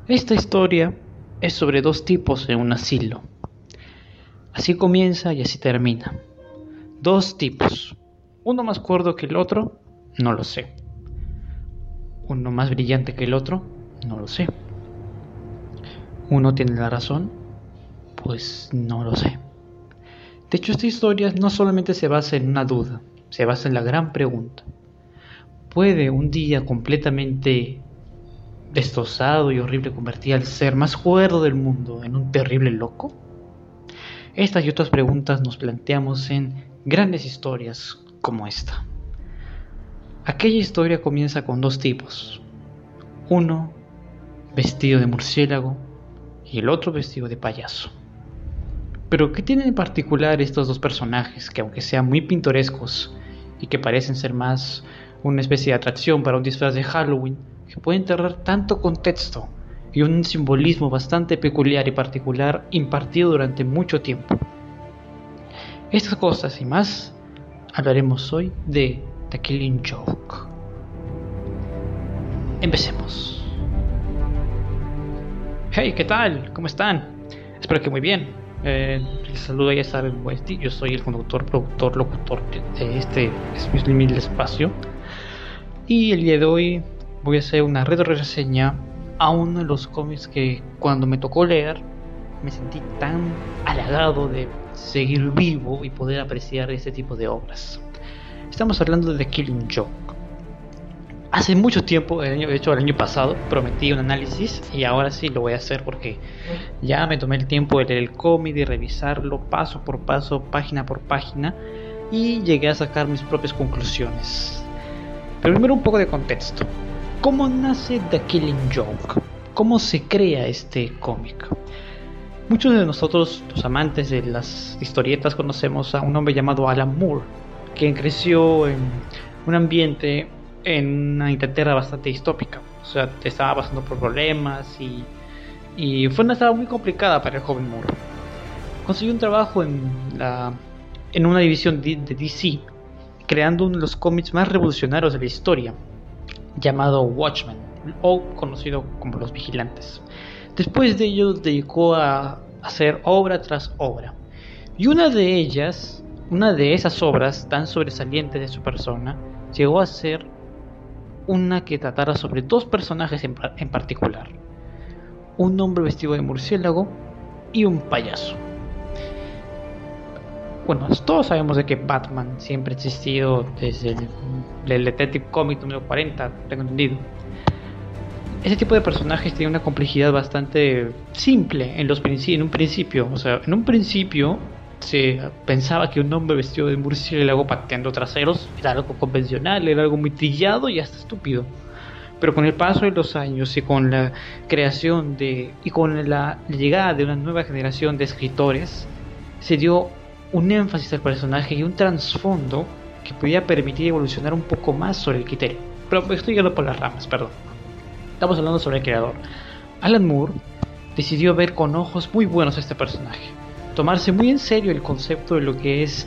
Esta historia es sobre dos tipos en un asilo. Así comienza y así termina. Dos tipos. Uno más cuerdo que el otro, no lo sé. Uno más brillante que el otro, no lo sé. Uno tiene la razón, pues no lo sé. De hecho, esta historia no solamente se basa en una duda, se basa en la gran pregunta. ¿Puede un día completamente destrozado y horrible convertir al ser más cuerdo del mundo en un terrible loco? Estas y otras preguntas nos planteamos en grandes historias como esta. Aquella historia comienza con dos tipos. Uno vestido de murciélago y el otro vestido de payaso. Pero ¿qué tienen en particular estos dos personajes que, aunque sean muy pintorescos y que parecen ser más una especie de atracción para un disfraz de Halloween, que pueden tener tanto contexto y un simbolismo bastante peculiar y particular impartido durante mucho tiempo? Estas cosas y más hablaremos hoy de The Killing Joke. Empecemos. Hey, ¿qué tal? ¿Cómo están? Espero que muy bien. Les saludo, ya saben, yo soy el conductor, productor, locutor de este humilde espacio. Y el día de hoy voy a hacer una reseña a uno de los cómics que cuando me tocó leer me sentí tan halagado de seguir vivo y poder apreciar este tipo de obras. Estamos hablando de The Killing Joke. Hace mucho tiempo, de hecho el año pasado, prometí un análisis y ahora sí lo voy a hacer porque ya me tomé el tiempo de leer el cómic, de revisarlo paso por paso, página por página, y llegué a sacar mis propias conclusiones. Pero primero un poco de contexto. ¿Cómo nace The Killing Joke? ¿Cómo se crea este cómic? Muchos de nosotros, los amantes de las historietas, conocemos a un hombre llamado Alan Moore, quien creció en un ambiente en una Inglaterra bastante distópica. O sea, estaba pasando por problemas y fue una etapa muy complicada para el joven Moore. Consiguió un trabajo en una división de DC, creando uno de los cómics más revolucionarios de la historia, llamado Watchmen, o conocido como Los Vigilantes. Después de ello dedicó a hacer obra tras obra, y una de esas obras tan sobresalientes de su persona llegó a ser una que tratara sobre dos personajes en particular: un hombre vestido de murciélago y un payaso. Bueno, todos sabemos de que Batman siempre ha existido desde el Detective Comics número 40, tengo entendido. Ese tipo de personajes tiene una complejidad bastante simple en un principio. O sea, en un principio se pensaba que un hombre vestido de murciélago pateando traseros era algo convencional, era algo muy trillado y hasta estúpido. Pero con el paso de los años y con la creación y con la llegada de una nueva generación de escritores, se dio un énfasis al personaje y un trasfondo que podía permitir evolucionar un poco más sobre el criterio. Pero estoy yendo por las ramas, perdón. Estamos hablando sobre el creador. Alan Moore decidió ver con ojos muy buenos a este personaje, tomarse muy en serio el concepto de lo que es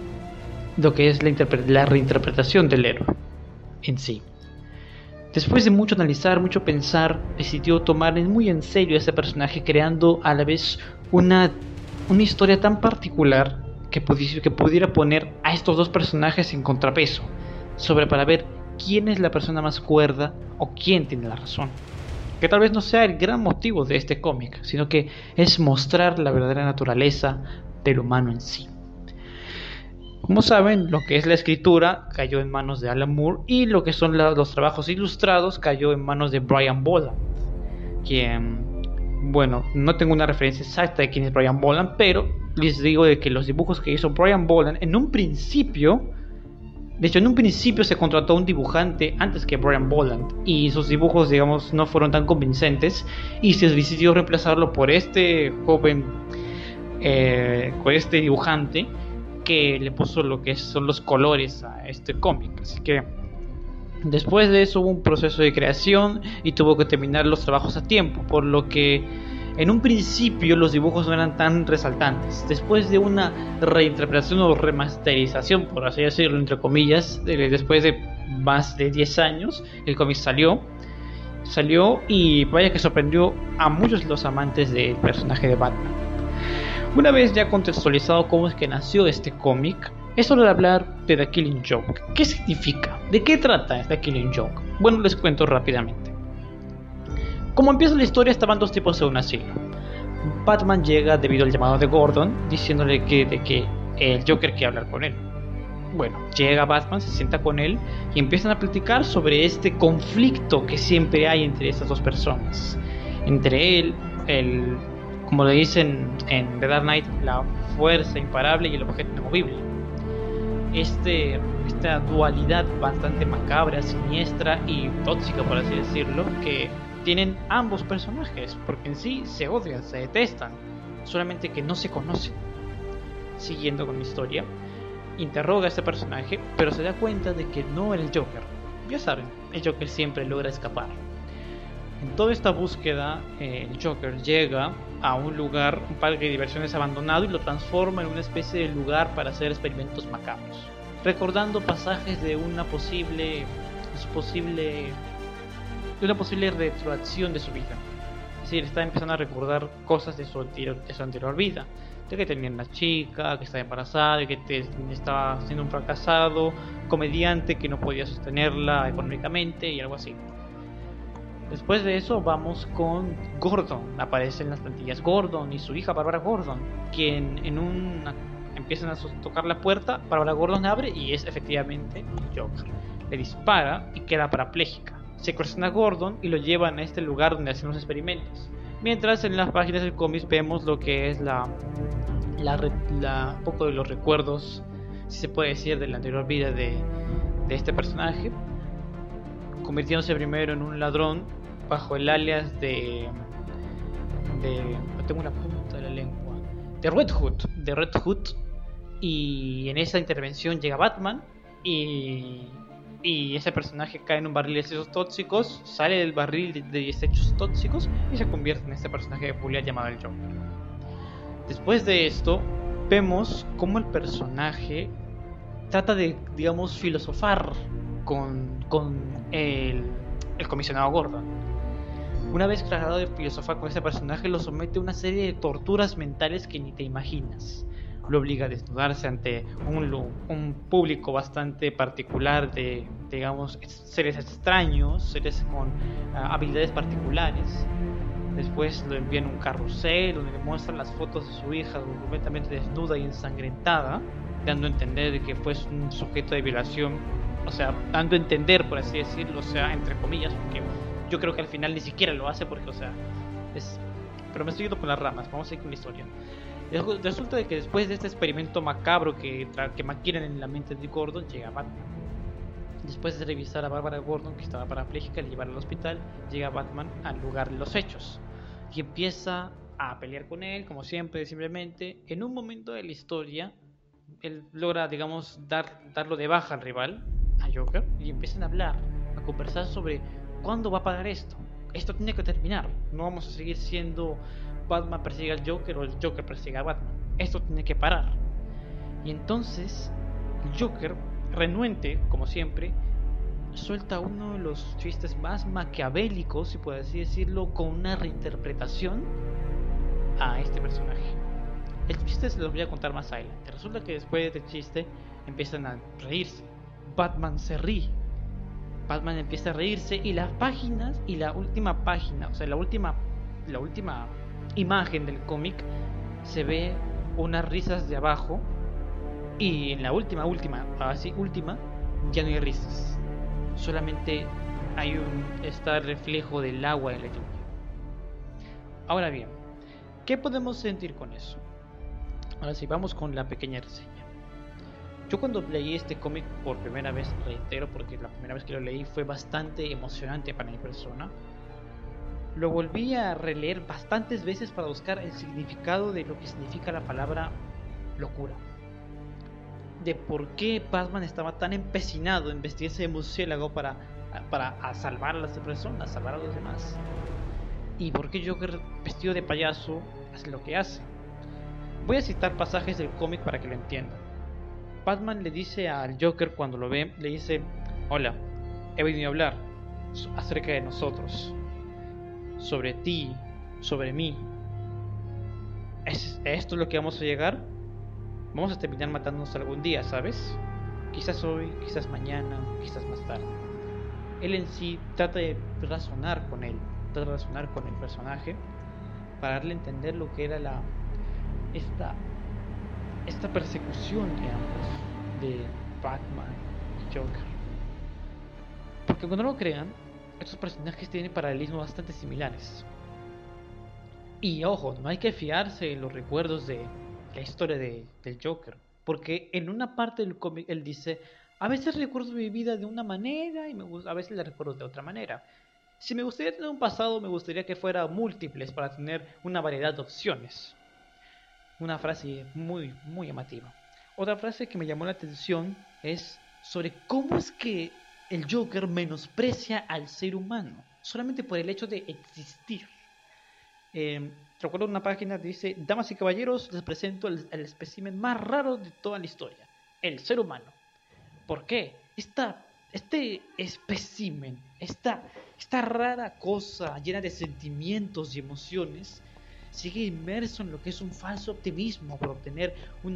la reinterpretación del héroe en sí. Después de mucho analizar, mucho pensar, decidió tomar muy en serio a este personaje, creando a la vez una historia tan particular que pudiera poner a estos dos personajes en contrapeso, para ver quién es la persona más cuerda o quién tiene la razón. Que tal vez no sea el gran motivo de este cómic, sino que es mostrar la verdadera naturaleza del humano en sí. Como saben, lo que es la escritura cayó en manos de Alan Moore, y lo que son los trabajos ilustrados cayó en manos de Brian Boland, quien, bueno, no tengo una referencia exacta de quién es Brian Boland, pero les digo de que los dibujos que hizo Brian Boland en un principio se contrató a un dibujante antes que Brian Boland, y sus dibujos, digamos, no fueron tan convincentes, y se decidió reemplazarlo por este joven, con este dibujante que le puso lo que son los colores a este cómic. Así que después de eso hubo un proceso de creación y tuvo que terminar los trabajos a tiempo, por lo que en un principio los dibujos no eran tan resaltantes. Después de una reinterpretación o remasterización, por así decirlo, entre comillas, después de más de 10 años, el cómic salió Salió y vaya que sorprendió a muchos de los amantes del personaje de Batman. Una vez ya contextualizado cómo es que nació este cómic, es hora de hablar de The Killing Joke. ¿Qué significa? ¿De qué trata The Killing Joke? Bueno, les cuento rápidamente. Como empieza la historia, estaban dos tipos en un asilo. Batman llega debido al llamado de Gordon, diciéndole de que el Joker quiere hablar con él. Bueno, llega Batman, se sienta con él y empiezan a platicar sobre este conflicto que siempre hay entre estas dos personas. Entre él, como le dicen en The Dark Knight, la fuerza imparable y el objeto inamovible. Esta dualidad bastante macabra, siniestra y tóxica, por así decirlo, que tienen ambos personajes, porque en sí se odian, se detestan, solamente que no se conocen. Siguiendo con la historia, interroga a este personaje, pero se da cuenta de que no era el Joker. Ya saben, el Joker siempre logra escapar. En toda esta búsqueda, el Joker llega a un lugar, un parque de diversiones abandonado, y lo transforma en una especie de lugar para hacer experimentos macabros, recordando pasajes de una posible retroacción de su vida. Es decir, está empezando a recordar cosas de su anterior vida, de que tenía una chica, que estaba embarazada, de que estaba siendo un fracasado comediante que no podía sostenerla económicamente y algo así. Después de eso vamos con Gordon. Aparecen las plantillas Gordon y su hija Bárbara Gordon, quien empiezan a tocar la puerta. Bárbara Gordon abre y es efectivamente el Joker. Le dispara y queda parapléjica. Secuestran a Gordon y lo llevan a este lugar donde hacen los experimentos. Mientras en las páginas del cómic vemos lo que es un poco de los recuerdos, si se puede decir, de la anterior vida de este personaje, convirtiéndose primero en un ladrón bajo el alias no tengo una punta de la lengua, de Red Hood. Y en esa intervención llega Batman y ese personaje cae en un barril de desechos tóxicos, sale del barril de desechos tóxicos y se convierte en este personaje peculiar llamado el Joker. Después de esto, vemos cómo el personaje trata de, digamos, filosofar con el comisionado Gordon. Una vez tratado de filosofar con ese personaje, lo somete a una serie de torturas mentales que ni te imaginas. Lo obliga a desnudarse ante un público bastante particular de, digamos, seres extraños, seres con habilidades particulares. Después lo envía en un carrusel donde le muestran las fotos de su hija completamente desnuda y ensangrentada, dando a entender de que fue un sujeto de violación, o sea, dando a entender, por así decirlo, o sea, entre comillas, porque yo creo que al final ni siquiera lo hace porque, o sea, pero me estoy yendo por las ramas, vamos a ir con la historia. Resulta de que después de este experimento macabro que maquinan en la mente de Gordon, llega Batman. Después de revisar a Bárbara Gordon, que estaba parapléjica, y llevarla al hospital, llega Batman al lugar de los hechos y empieza a pelear con él, como siempre, simplemente. En un momento de la historia, él logra, digamos, darlo de baja al rival, a Joker, y empiezan a hablar, a conversar sobre cuándo va a parar esto. Esto tiene que terminar. No vamos a seguir siendo Batman persigue al Joker o el Joker persigue a Batman. Esto tiene que parar. Y entonces el Joker, renuente, como siempre, suelta uno de los chistes más maquiavélicos, si puedo así decirlo, con una reinterpretación a este personaje. El chiste se los voy a contar más adelante. Resulta que después del chiste empiezan a reírse. Batman se ríe. Batman empieza a reírse y las páginas y la última página, o sea, la última imagen del cómic, se ve unas risas de abajo, y en la última ya no hay risas, solamente hay está el reflejo del agua en la lluvia. Ahora bien, ¿qué podemos sentir con eso? Ahora sí, vamos con la pequeña reseña. Yo cuando leí este cómic por primera vez, reitero, porque la primera vez que lo leí fue bastante emocionante para mi persona, lo volví a releer bastantes veces para buscar el significado de lo que significa la palabra locura. De por qué Batman estaba tan empecinado en vestirse de murciélago para salvar a las personas, salvar a los demás. Y por qué Joker, vestido de payaso, hace lo que hace. Voy a citar pasajes del cómic para que lo entiendan. Batman le dice al Joker cuando lo ve, le dice: hola, he venido a hablar. acerca de nosotros, sobre ti, sobre mí. ¿Es esto lo que vamos a llegar? Vamos a terminar matándonos algún día, ¿sabes? Quizás hoy, quizás mañana, quizás más tarde. Él en sí trata de razonar con él, trata de razonar con el personaje para darle a entender lo que era esta persecución de ambos, de Batman y Joker. Porque cuando no lo crean, estos personajes tienen paralelismos bastante similares. Y ojo, no hay que fiarse en los recuerdos de la historia del Joker, porque en una parte del cómic él dice: a veces recuerdo mi vida de una manera y a veces la recuerdo de otra manera. Si me gustaría tener un pasado, me gustaría que fuera múltiples para tener una variedad de opciones. Una frase muy, muy llamativa. Otra frase que me llamó la atención es sobre cómo es que el Joker menosprecia al ser humano solamente por el hecho de existir. Recuerdo una página que dice: damas y caballeros, les presento el espécimen más raro de toda la historia, el ser humano. ¿Por qué? Este espécimen, esta rara cosa llena de sentimientos y emociones, sigue inmerso en lo que es un falso optimismo por obtener un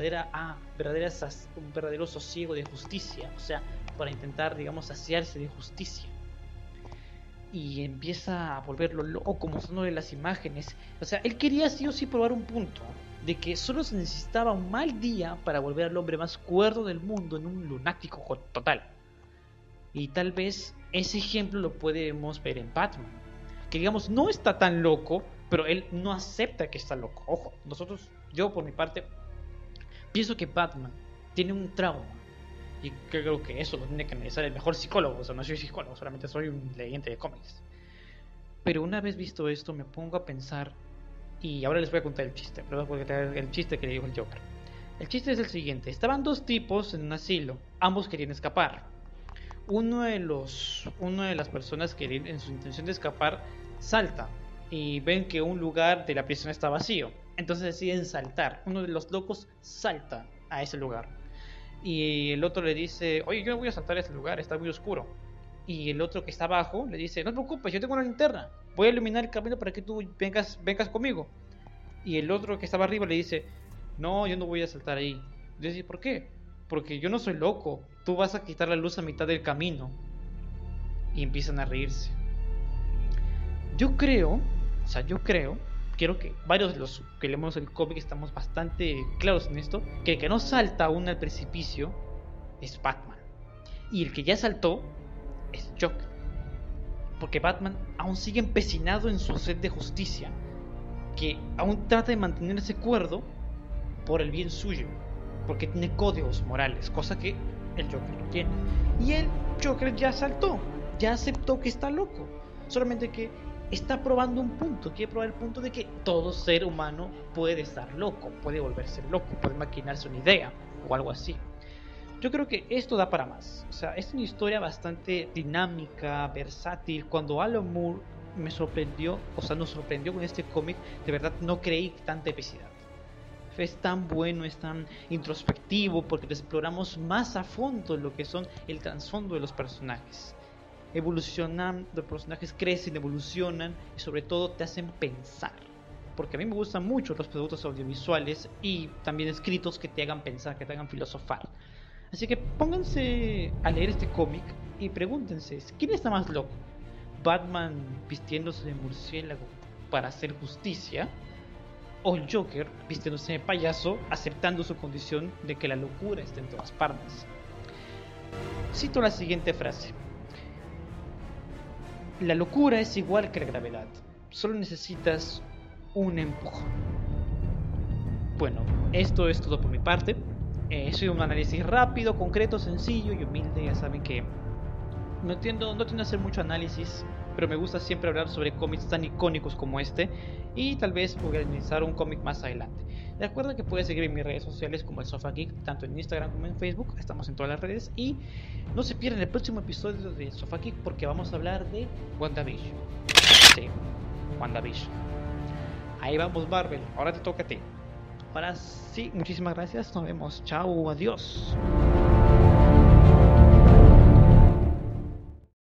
verdadero sosiego de justicia, o sea, para intentar, digamos, saciarse de justicia. Y empieza a volverlo loco mostrándole las imágenes. O sea, él quería sí o sí probar un punto de que solo se necesitaba un mal día para volver al hombre más cuerdo del mundo en un lunático total. Y tal vez ese ejemplo lo podemos ver en Batman, que digamos no está tan loco, pero él no acepta que está loco. Ojo, yo por mi parte pienso que Batman tiene un trauma, y creo que eso lo tiene que analizar el mejor psicólogo. O sea, no soy psicólogo, solamente soy un leyente de cómics. Pero una vez visto esto me pongo a pensar, y ahora les voy a contar el chiste. Les voy a contar el chiste que le dijo el Joker. El chiste es el siguiente: estaban dos tipos en un asilo, ambos querían escapar. Una de las personas que en su intención de escapar salta y ven que un lugar de la prisión está vacío, entonces deciden saltar. Uno de los locos salta a ese lugar y el otro le dice: oye, yo no voy a saltar a ese lugar, está muy oscuro. Y el otro que está abajo le dice: no te preocupes, yo tengo una linterna, voy a iluminar el camino para que tú vengas conmigo. Y el otro que estaba arriba le dice: no, yo no voy a saltar ahí. Le dice: ¿por qué? Porque yo no soy loco, tú vas a quitar la luz a mitad del camino. Y empiezan a reírse. Yo creo que varios de los que leemos el cómic estamos bastante claros en esto, que el que no salta aún al precipicio es Batman, y el que ya saltó es Joker, porque Batman aún sigue empecinado en su sed de justicia, que aún trata de mantenerse cuerdo por el bien suyo, porque tiene códigos morales, cosa que el Joker no tiene. Y el Joker ya saltó, ya aceptó que está loco, solamente que está probando un punto, quiere probar el punto de que todo ser humano puede estar loco, puede volverse loco, puede maquinarse una idea o algo así. Yo creo que esto da para más. O sea, es una historia bastante dinámica, versátil. Cuando Alan Moore nos sorprendió con este cómic, de verdad no creí tanta epicidad. Es tan bueno, es tan introspectivo, porque exploramos más a fondo lo que son el trasfondo de los personajes. Evolucionan, los personajes crecen, evolucionan y sobre todo te hacen pensar, porque a mí me gustan mucho los productos audiovisuales y también escritos que te hagan pensar, que te hagan filosofar. Así que pónganse a leer este cómic y pregúntense: ¿quién está más loco? ¿Batman vistiéndose de murciélago para hacer justicia? ¿O el Joker vistiéndose de payaso, aceptando su condición de que la locura está en todas partes? Cito la siguiente frase: la locura es igual que la gravedad, solo necesitas un empujón. Bueno, esto es todo por mi parte. Soy un análisis rápido, concreto, sencillo y humilde. Ya saben que no tiendo a hacer mucho análisis, pero me gusta siempre hablar sobre cómics tan icónicos como este, y tal vez voy a analizar un cómic más adelante. Recuerda que puedes seguir en mis redes sociales como el Sofá Geek, tanto en Instagram como en Facebook, estamos en todas las redes, y no se pierdan el próximo episodio de Sofá Geek porque vamos a hablar de WandaVision. Sí, WandaVision. Ahí vamos, Marvel, ahora te toca a ti. Ahora sí, muchísimas gracias, nos vemos, chao, adiós.